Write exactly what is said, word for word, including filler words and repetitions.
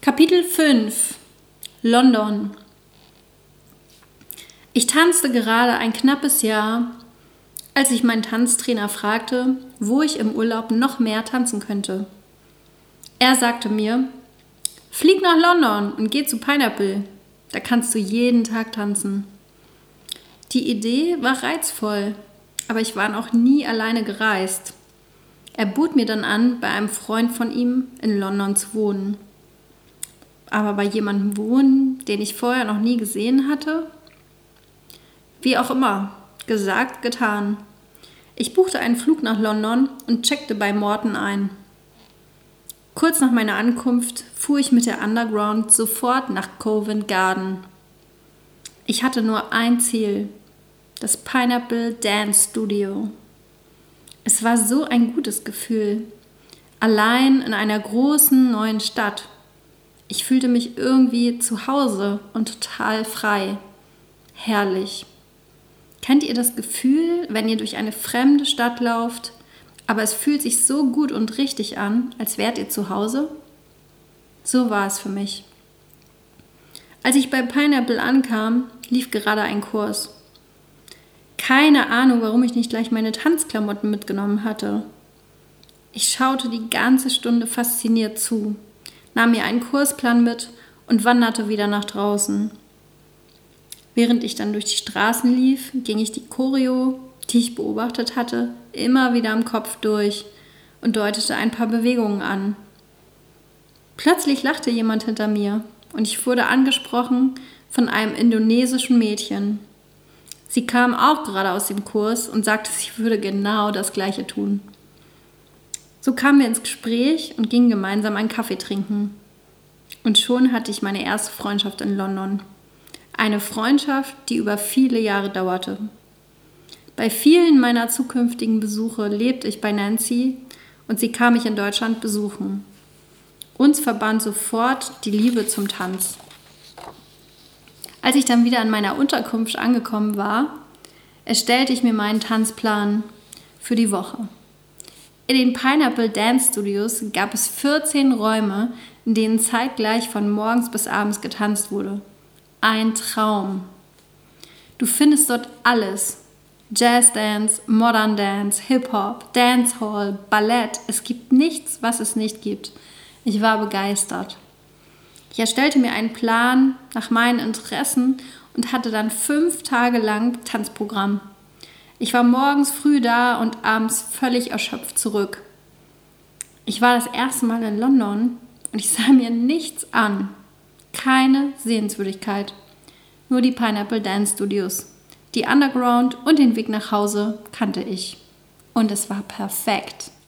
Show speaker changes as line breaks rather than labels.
Kapitel fünf. London. Ich tanzte gerade ein knappes Jahr, als ich meinen Tanztrainer fragte, wo ich im Urlaub noch mehr tanzen könnte. Er sagte mir, flieg nach London und geh zu Pineapple, da kannst du jeden Tag tanzen. Die Idee war reizvoll, aber ich war noch nie alleine gereist. Er bot mir dann an, bei einem Freund von ihm in London zu wohnen. Aber bei jemandem wohnen, den ich vorher noch nie gesehen hatte? Wie auch immer, gesagt, getan. Ich buchte einen Flug nach London und checkte bei Morton ein. Kurz nach meiner Ankunft fuhr ich mit der Underground sofort nach Covent Garden. Ich hatte nur ein Ziel, das Pineapple Dance Studio. Es war so ein gutes Gefühl, allein in einer großen neuen Stadt. Ich fühlte mich irgendwie zu Hause und total frei. Herrlich. Kennt ihr das Gefühl, wenn ihr durch eine fremde Stadt lauft, aber es fühlt sich so gut und richtig an, als wärt ihr zu Hause? So war es für mich. Als ich bei Pineapple ankam, lief gerade ein Kurs. Keine Ahnung, warum ich nicht gleich meine Tanzklamotten mitgenommen hatte. Ich schaute die ganze Stunde fasziniert zu, nahm mir einen Kursplan mit und wanderte wieder nach draußen. Während ich dann durch die Straßen lief, ging ich die Choreo, die ich beobachtet hatte, immer wieder im Kopf durch und deutete ein paar Bewegungen an. Plötzlich lachte jemand hinter mir und ich wurde angesprochen von einem indonesischen Mädchen. Sie kam auch gerade aus dem Kurs und sagte, sie würde genau das Gleiche tun. So kamen wir ins Gespräch und gingen gemeinsam einen Kaffee trinken. Und schon hatte ich meine erste Freundschaft in London. Eine Freundschaft, die über viele Jahre dauerte. Bei vielen meiner zukünftigen Besuche lebte ich bei Nancy und sie kam mich in Deutschland besuchen. Uns verband sofort die Liebe zum Tanz. Als ich dann wieder an meiner Unterkunft angekommen war, erstellte ich mir meinen Tanzplan für die Woche. In den Pineapple Dance Studios gab es vierzehn Räume, in denen zeitgleich von morgens bis abends getanzt wurde. Ein Traum. Du findest dort alles. Jazzdance, Modern Dance, Hip-Hop, Dancehall, Ballett. Es gibt nichts, was es nicht gibt. Ich war begeistert. Ich erstellte mir einen Plan nach meinen Interessen und hatte dann fünf Tage lang Tanzprogramm. Ich war morgens früh da und abends völlig erschöpft zurück. Ich war das erste Mal in London und ich sah mir nichts an. Keine Sehenswürdigkeit. Nur die Pineapple Dance Studios. Die Underground und den Weg nach Hause kannte ich. Und es war perfekt.